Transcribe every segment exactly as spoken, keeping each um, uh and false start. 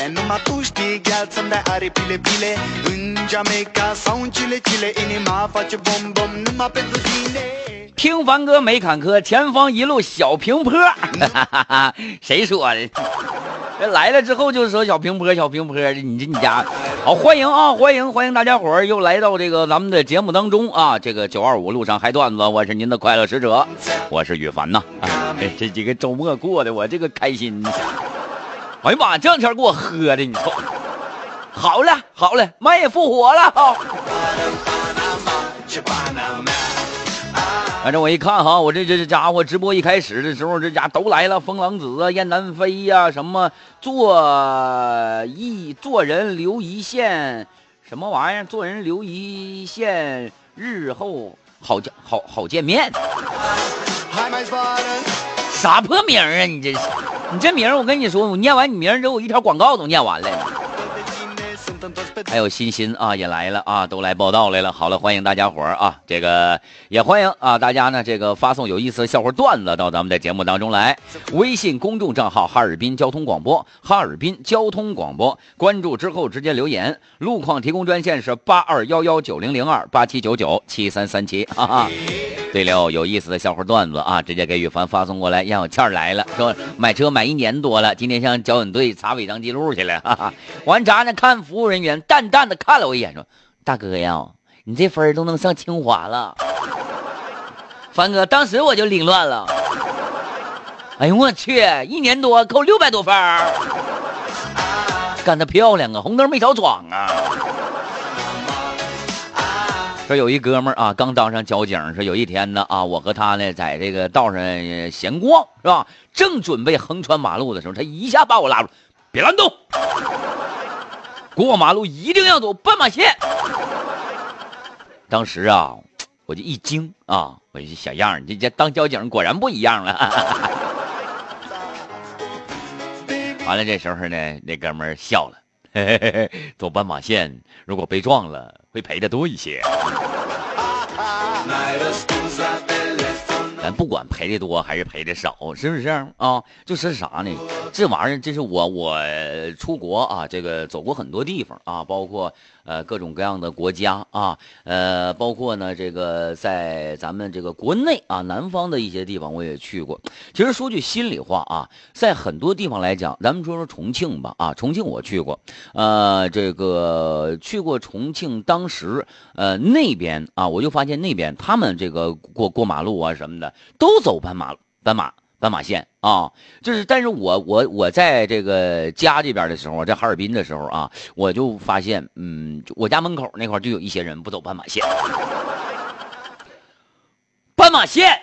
听凡哥没坎坷，前方一路小平坡。谁说的？这来了之后就说小平坡小平坡的，你这你家好，欢迎啊，欢迎欢迎大家伙儿又来到这个咱们的节目当中啊！这个九二五路上嗨段子，我是您的快乐使者，我是羽凡呐、啊哎。这几个周末过的我这个开心，哎呀妈，这两天给我喝的，你说好了好了，麦也复活了啊！反正我一看哈，我这这这家伙直播一开始的时候，这家都来了，风狼子啊、燕南飞呀、啊，什么做一做人留一线，什么玩意儿？做人留一线，日后好见好好见面。啥破名啊？你这是，你这名我跟你说，我念完你名之后，我一条广告都念完了。还有欣欣啊也来了啊，都来报道来了。好了，欢迎大家伙儿啊，这个也欢迎啊大家呢这个发送有意思的笑话段子到咱们的节目当中来。微信公众账号哈尔滨交通广播，哈尔滨交通广播，关注之后直接留言。路况提供专线是八二幺幺九零零二八七九九七三三七。哈哈，对了，有意思的笑话段子啊，直接给羽凡发送过来。让我欠儿来了，说买车买一年多了，今天向交警队查违章记录去了。哈哈，完查呢，看服务人员淡淡的看了我一眼，说：“大哥呀，你这分都能上清华了。”凡哥，当时我就凌乱了。哎呦我去，一年多扣六百多分，干得漂亮啊，红灯没少闯啊。说有一哥们儿啊，刚当上交警，说有一天呢啊，我和他呢在这个道上闲逛，是吧？正准备横穿马路的时候，他一下把我拉住，别乱动，过马路一定要走斑马线。当时啊，我就一惊啊，我就小样，这这当交警果然不一样了。完了，这时候呢，那哥们儿笑了。嘿嘿嘿，走斑马线如果被撞了会赔的多一些。咱不管赔的多还是赔的少，是不是啊？就是啥呢？这玩意儿，这是我我出国啊，这个走过很多地方啊，包括呃各种各样的国家啊，呃，包括呢这个在咱们这个国内啊，南方的一些地方我也去过。其实说句心里话啊，在很多地方来讲，咱们说说重庆吧啊，重庆我去过，呃，这个去过重庆，当时呃那边啊，我就发现那边他们这个过过马路啊什么的。都走斑马斑马斑马线啊，就是，但是我我我在这个家这边的时候，在哈尔滨的时候啊，我就发现，嗯，我家门口那块就有一些人不走斑马线，斑马线。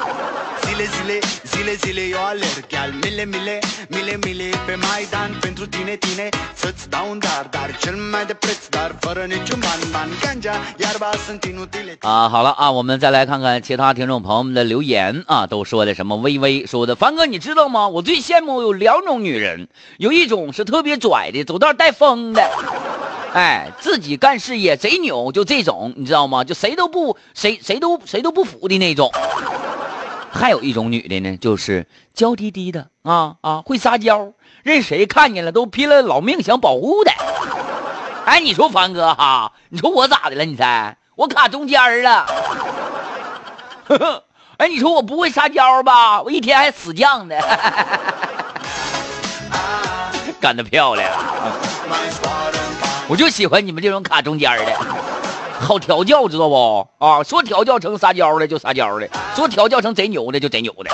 啊，好了啊，我们再来看看其他听众朋友们的留言啊，都说的什么？微微说的，凡哥你知道吗？我最羡慕有两种女人，有一种是特别拽的，走道带风的。哎，自己干事业贼牛，就这种，你知道吗？就谁都不谁谁都谁都不服的那种。还有一种女的呢，就是娇滴滴的啊啊，会撒娇，任谁看见了都拼了老命想保护的。哎，你说凡哥哈，你说我咋的了？你猜我卡中间了。呵呵，哎，你说我不会撒娇吧？我一天还死犟的。干得漂亮。我就喜欢你们这种卡中间的，好调教，知道不？啊，说调教成撒娇的就撒娇的，说调教成贼牛的就贼牛的。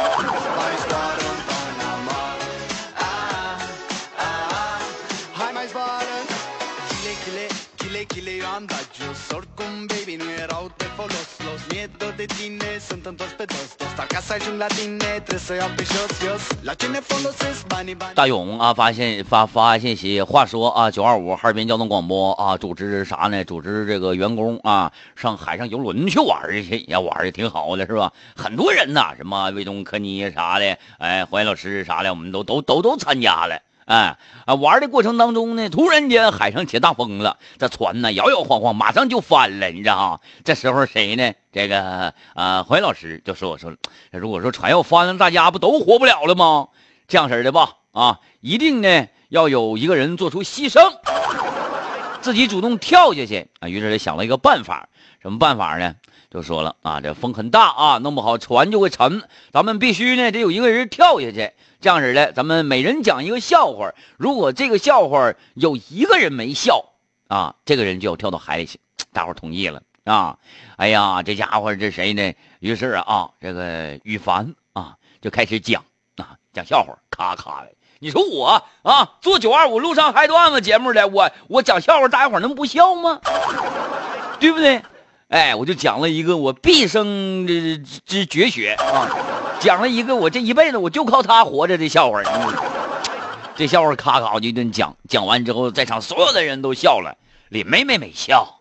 大勇啊，发现发发信息，话说啊，九二五哈尔滨交通广播啊，组织啥呢？组织这个员工啊，上海上游轮去玩去，呀，玩的挺好的，是吧？很多人呐，什么魏东科尼啥的，哎，黄岩老师啥的，我们都都都都参加了。哎啊，玩的过程当中呢，突然间海上起大风了，这船呢摇摇晃晃，马上就翻了，你知道吗？这时候谁呢？这个啊，黄老师就说：“我说，如果说船要翻了，大家不都活不了了吗？这样式的吧，啊，一定呢要有一个人做出牺牲，自己主动跳下去啊。于是他想了一个办法，什么办法呢？就说了啊，这风很大啊，弄不好船就会沉，咱们必须呢得有一个人跳下去。这样式的，咱们每人讲一个笑话，如果这个笑话有一个人没笑啊，这个人就要跳到海里去。大伙同意了啊。哎呀，这家伙这谁呢？于是啊，这个羽凡啊就开始讲啊，讲笑话，咔咔的。你说我啊，做九二五路上嗨段子节目的，我我讲笑话，大家伙能不笑吗？对不对？哎，我就讲了一个我毕生之之绝学啊，讲了一个我这一辈子我就靠他活着的笑话。嗯、这笑话咔咔就一顿讲，讲完之后，在场所有的人都笑了，李妹妹没笑。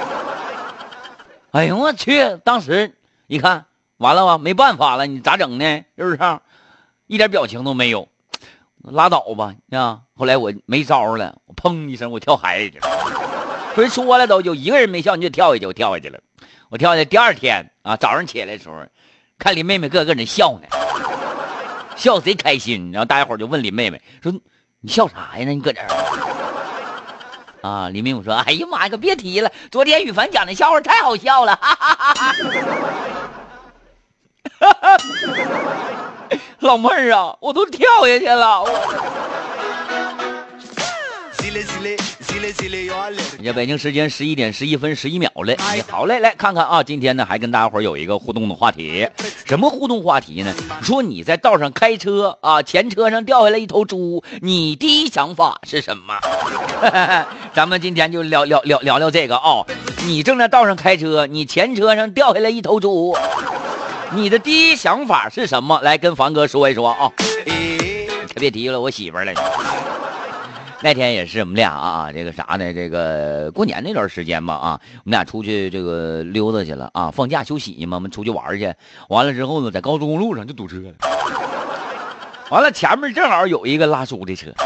哎呦我去！当时一看完了吧，没办法了，你咋整呢？是不是、啊？一点表情都没有，拉倒吧啊！后来我没招了，我砰一声，我跳海里去了。人说了都有一个人没笑，你就跳下去，我跳下去了。我跳下去，第二天啊，早上起来的时候，看林妹妹个个人笑呢，笑贼开心。然后大家伙就问林妹妹说：“你笑啥呀？那你搁这儿？”啊，林妹妹说：“哎呀妈呀，可别提了，昨天羽凡讲的笑话太好笑了。哈哈哈哈”老妹儿啊，我都跳下去了。我人家北京时间十一点十一分十一秒了，你好嘞，来看看啊，今天呢还跟大家伙有一个互动的话题，什么互动话题呢？说你在道上开车啊，前车上掉下来一头猪，你第一想法是什么？咱们今天就聊聊聊聊聊这个啊，你正在道上开车，你前车上掉下来一头猪，你的第一想法是什么？来跟凡哥说一说啊。可别提了，我媳妇儿了。那天也是我们俩啊，这个啥呢？这个过年那段时间吧啊，我们俩出去这个溜达去了啊，放假休息嘛，我们出去玩去。完了之后呢，在高速公路上就堵车了。完了，前面正好有一个拉猪的车。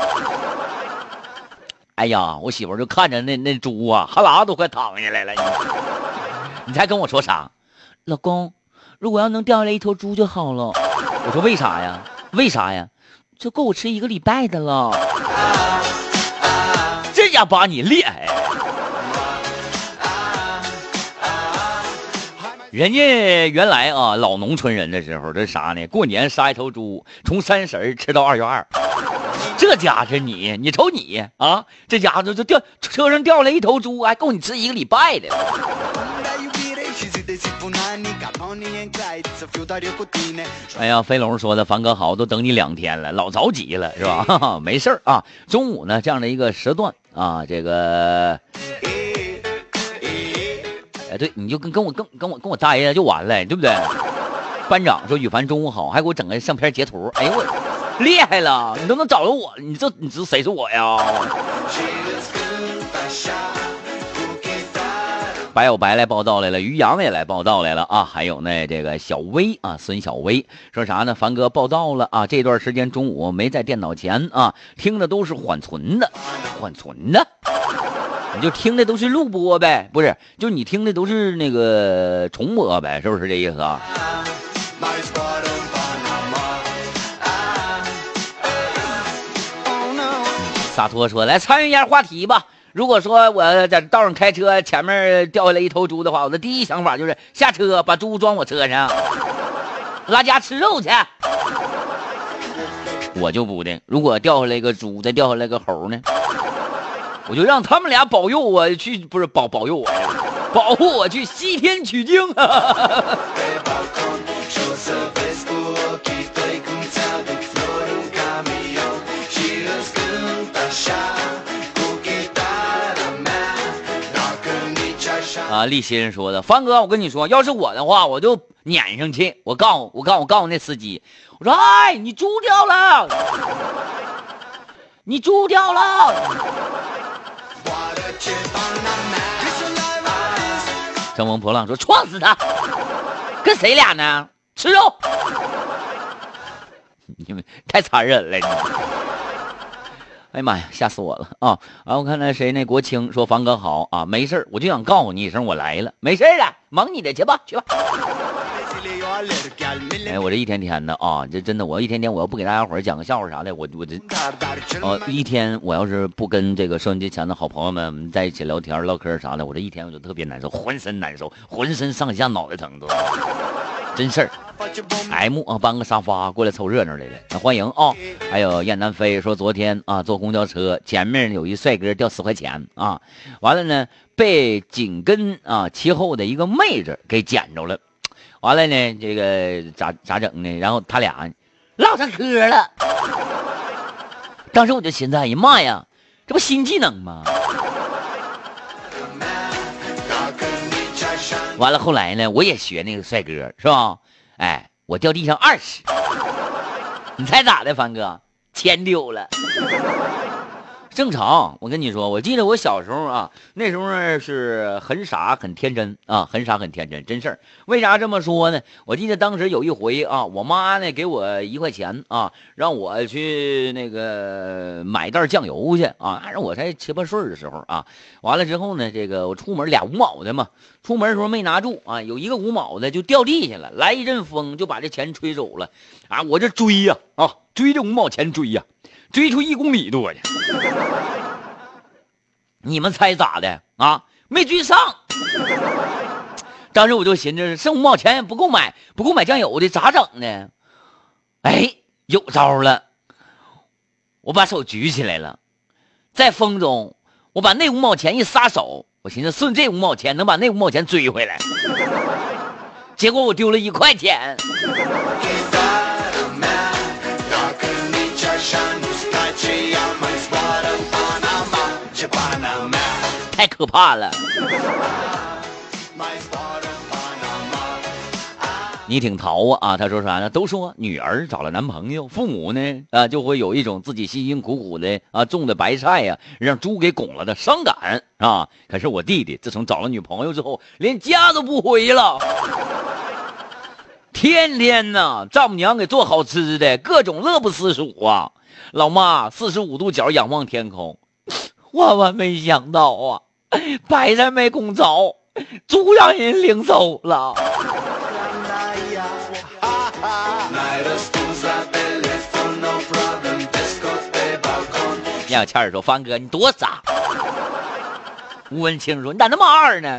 哎呀，我媳妇就看着那那猪啊，哈喇都快淌下来了。你猜跟我说啥？老公，如果要能掉下来一头猪就好了。我说为啥呀？为啥呀？就够我吃一个礼拜的了。这家把你厉害！人家原来啊，老农村人的时候，这啥呢？过年杀一头猪，从三十吃到二月二。这家是你，你瞅你啊，这家伙就掉车上掉了一头猪，还够你吃一个礼拜的。哎呀，飞龙说的，凡哥好，都等你两天了，老着急了是吧？哈哈，没事啊。中午呢，这样的一个时段啊，这个，哎，对，你就跟跟我跟跟我跟我待着就完了，对不对？班长说羽凡中午好，还给我整个相片截图，哎呦我厉害了，你都能找着我，你这你知道谁是我呀？白有白来报道来了，于洋也来报道来了啊，还有呢这个小薇啊，孙小薇说啥呢？凡哥报道了啊，这段时间中午没在电脑前啊，听的都是缓存的，缓存的，你就听的都是录播呗，不是，就你听的都是那个重播呗，是不是这意思啊？洒脱说来参与一下话题吧。如果说我在道上开车，前面掉下来一头猪的话，我的第一想法就是下车把猪装我车上，拉家吃肉去。我就不的，如果掉下来一个猪，再掉下来个猴呢，我就让他们俩保佑我去，不是保保佑我呀，保护我去西天取经。啊，立新说的，凡哥，我跟你说，要是我的话，我就撵上去，我告诉我告诉我告诉那司机，我说，哎，你猪掉了，你猪掉了。乘风破浪说，撞死他，跟谁俩呢？吃肉。你们太残忍了，你。哎呀妈呀，吓死我了啊！啊，我看那谁那国清说凡哥好啊，没事我就想告诉你一声我来了，没事的，忙你的去吧，去吧。 哎，我这一天天的啊，这真的，我一天天我要不给大家伙讲个笑话啥的，我我这，哦，一天我要是不跟这个收音机前的好朋友们我们在一起聊天唠嗑啥的，我这一天我就特别难受，浑身难受，浑身上下脑袋疼都，真事儿。M 啊，搬个沙发过来凑热闹来了，那欢迎啊！还有燕南飞说，昨天啊坐公交车，前面有一帅哥掉十块钱啊，完了呢被紧跟啊其后的一个妹子给捡着了，完了呢这个咋咋整呢？然后他俩唠上嗑了，当时我就寻思，哎呀妈呀，这不新技能吗？完了后来呢，我也学那个帅哥是吧？哎，我掉地上二十，你猜咋的，凡哥？钱丢了。正常，我跟你说，我记得我小时候啊，那时候是很傻很天真啊，很傻很天真，真事儿。为啥这么说呢？我记得当时有一回啊，我妈呢给我一块钱啊，让我去那个买袋酱油去啊，让我才七八岁的时候啊。完了之后呢，这个我出门俩五毛的嘛，出门的时候没拿住啊，有一个五毛的就掉地下了，来一阵风就把这钱吹走了啊！我这追呀 啊, 啊，追这五毛钱追呀、啊。追出一公里多去，你们猜咋的啊？没追上。当时我就寻思，剩五毛钱不够买，不够买酱油的，咋整呢？哎，有招了！我把手举起来了，在风中，我把那五毛钱一撒手，我寻思顺这五毛钱能把那五毛钱追回来。结果我丢了一块钱。太可怕了！你挺淘啊啊！他说啥呢？都说女儿找了男朋友，父母呢啊就会有一种自己辛辛苦苦的啊种的白菜呀、啊，让猪给拱了的伤感啊。可是我弟弟自从找了女朋友之后，连家都不回了，天天呢丈母娘给做好吃的，各种乐不思蜀啊。老妈四十五度角仰望天空，万万没想到啊，白菜没拱着，猪让人领走了。杨倩儿说：“方哥，你多傻。”吴文清说：“你咋那么二呢？”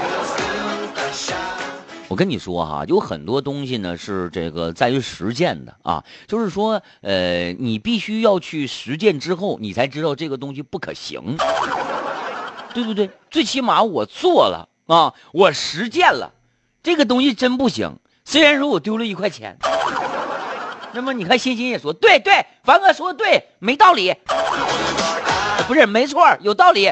我跟你说哈，有很多东西呢是这个在于实践的啊，就是说，呃，你必须要去实践之后，你才知道这个东西不可行，对不对？最起码我做了啊，我实践了，这个东西真不行。虽然说我丢了一块钱，那么你看欣欣也说，对对，凡哥说的对，没道理，不是没错，有道理。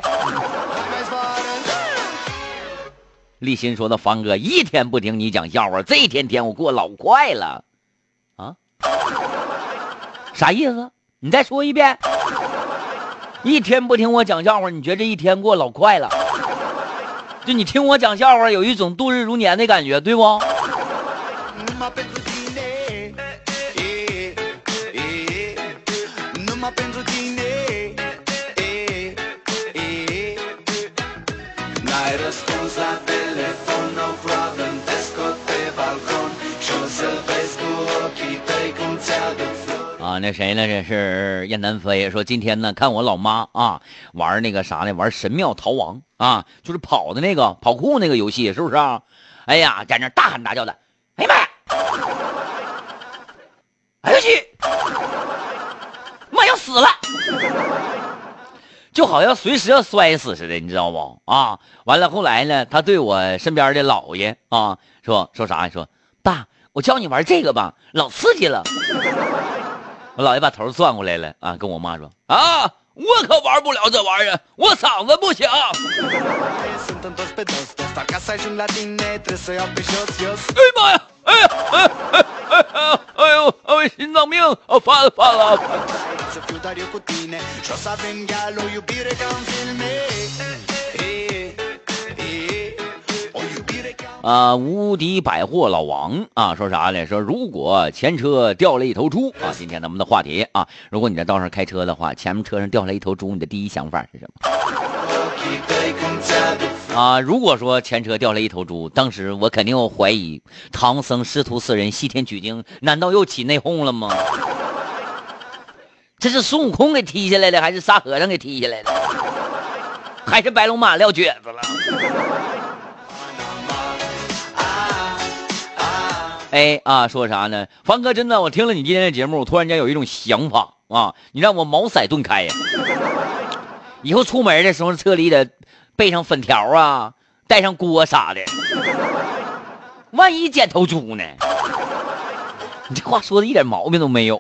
立新说的方哥一天不听你讲笑话，这一天天我过老快了啊！啥意思？你再说一遍。一天不听我讲笑话，你觉得这一天过老快了？就你听我讲笑话，有一种度日如年的感觉，对不？啊，那谁呢？这是燕南飞说，今天呢看我老妈啊玩那个啥呢，玩神庙逃亡啊，就是跑的那个跑酷那个游戏，是不是啊？哎呀，在那大喊大叫的，哎呀妈呀，哎呦去，妈要死了，就好像随时要摔死似的，你知道不？啊，完了后来呢，他对我身边的姥爷啊说说啥？说爸，我教你玩这个吧，老刺激了。我姥爷把头转过来了啊，跟我妈说啊，我可玩不了这玩意儿，我嗓子不行。哎妈呀！哎呀！哎哎哎哎哎呦！哎，心脏病！啊，发了发了！啊，无敌百货老王啊，说啥呢？说如果前车掉了一头猪啊，今天咱们的话题啊，如果你在道上开车的话，前面车上掉了一头猪，你的第一想法是什么？ 啊，如果说前车掉了一头猪，当时我肯定要怀疑唐僧师徒四人西天取经，难道又起内讧了吗？这是孙悟空给踢下来的，还是沙和尚给踢下来的，还是白龙马撂蹶子了？哎啊，说啥呢？方哥，真的，我听了你今天的节目，我突然间有一种想法啊，你让我茅塞顿开呀！以后出门的时候，车里得备上粉条啊，带上锅啥的，万一捡头猪呢？你这话说的一点毛病都没有。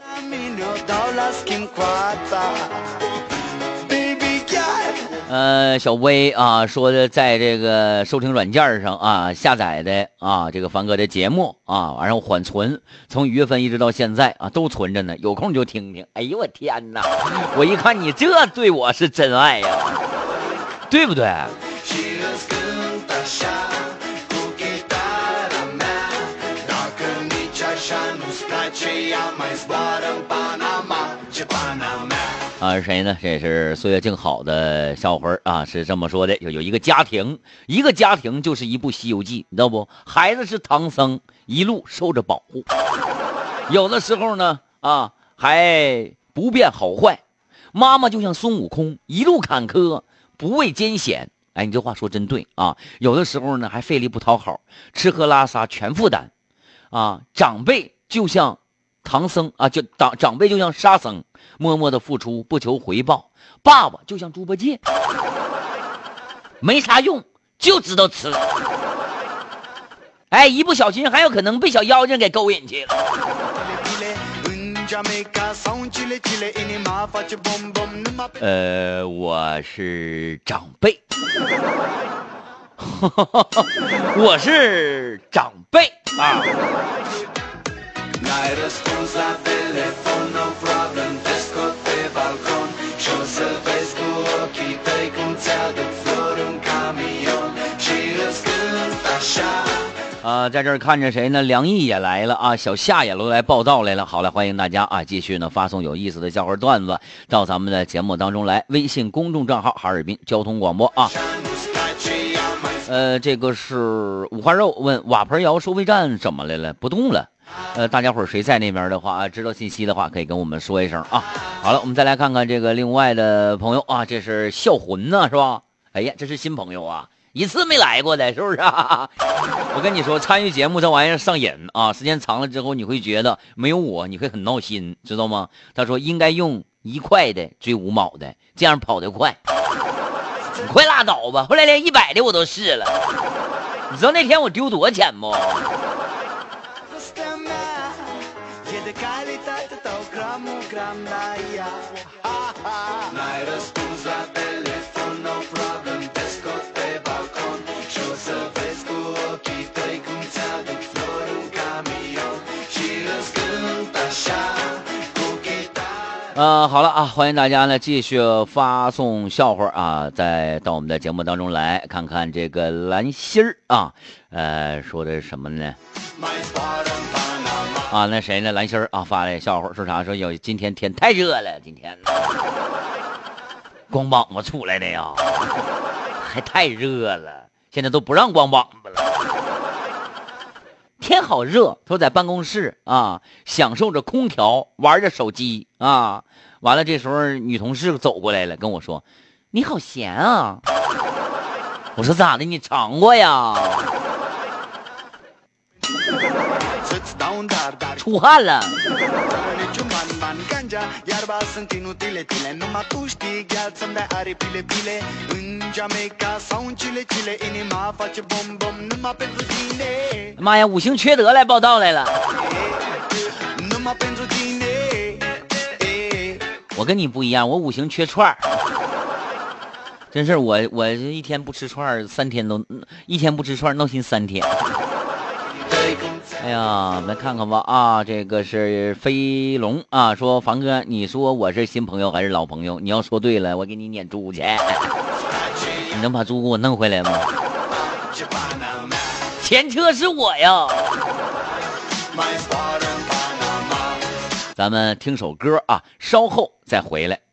呃，小薇啊说的，在这个收听软件上啊下载的啊这个凡哥的节目啊，然后缓存，从一月份一直到现在啊都存着呢，有空就听听。哎呦我天哪！我一看你这对我是真爱呀，对不对？啊，是谁呢？这是岁月静好的小伙儿啊，是这么说的：有有一个家庭，一个家庭就是一部《西游记》，你知道不？孩子是唐僧，一路受着保护，有的时候呢，啊，还不辨好坏。妈妈就像孙悟空，一路坎坷，不畏艰险。哎，你这话说真对啊！有的时候呢，还费力不讨好，吃喝拉撒全负担。啊，长辈就像唐僧啊，就长长辈就像沙僧，默默的付出，不求回报。爸爸就像猪八戒，没啥用，就知道吃。哎，一不小心还有可能被小妖精给勾引去了。呃，我是长辈。我是长辈啊。啊，在这儿看着谁呢？梁毅也来了啊，小夏也都来报道来了。好了，欢迎大家啊，继续呢发送有意思的笑话段子到咱们的节目当中来。微信公众账号哈尔滨交通广播啊。呃，这个是五花肉问瓦盆窑收费站怎么来了？不动了。呃，大家伙儿谁在那边的话，知道信息的话，可以跟我们说一声啊。好了，我们再来看看这个另外的朋友啊，这是笑魂呢，是吧？哎呀，这是新朋友啊，一次没来过的，是不是啊？我跟你说，参与节目这玩意儿上瘾啊，时间长了之后，你会觉得没有我，你会很闹心，知道吗？他说应该用一块的追五毛的，这样跑得快。你快拉倒吧！后来连一百的我都试了，你知道那天我丢多少钱不？呃，好了啊，欢迎大家呢继续发送笑话啊，再到我们的节目当中来看看这个蓝心儿啊，呃，说的是什么呢？啊，那谁呢？蓝心儿啊，发来笑话说啥？说有今天天太热了，今天光膀子出来的呀，还太热了，现在都不让光膀子了。天好热，都在办公室啊，享受着空调，玩着手机啊。完了，这时候女同事走过来了，跟我说：“你好咸啊！”我说：“咋的？你尝过呀？”出汗了。妈呀，五行缺德来报道来了。我跟你不一样，我五行缺串儿。真是我我一天不吃串儿，三天都一天不吃串儿，闹心三天。哎呀，来看看吧啊，这个是飞龙啊，说房哥，你说我是新朋友还是老朋友？你要说对了，我给你撵猪去。你能把猪给我弄回来吗？前车是我呀。咱们听首歌啊，稍后再回来。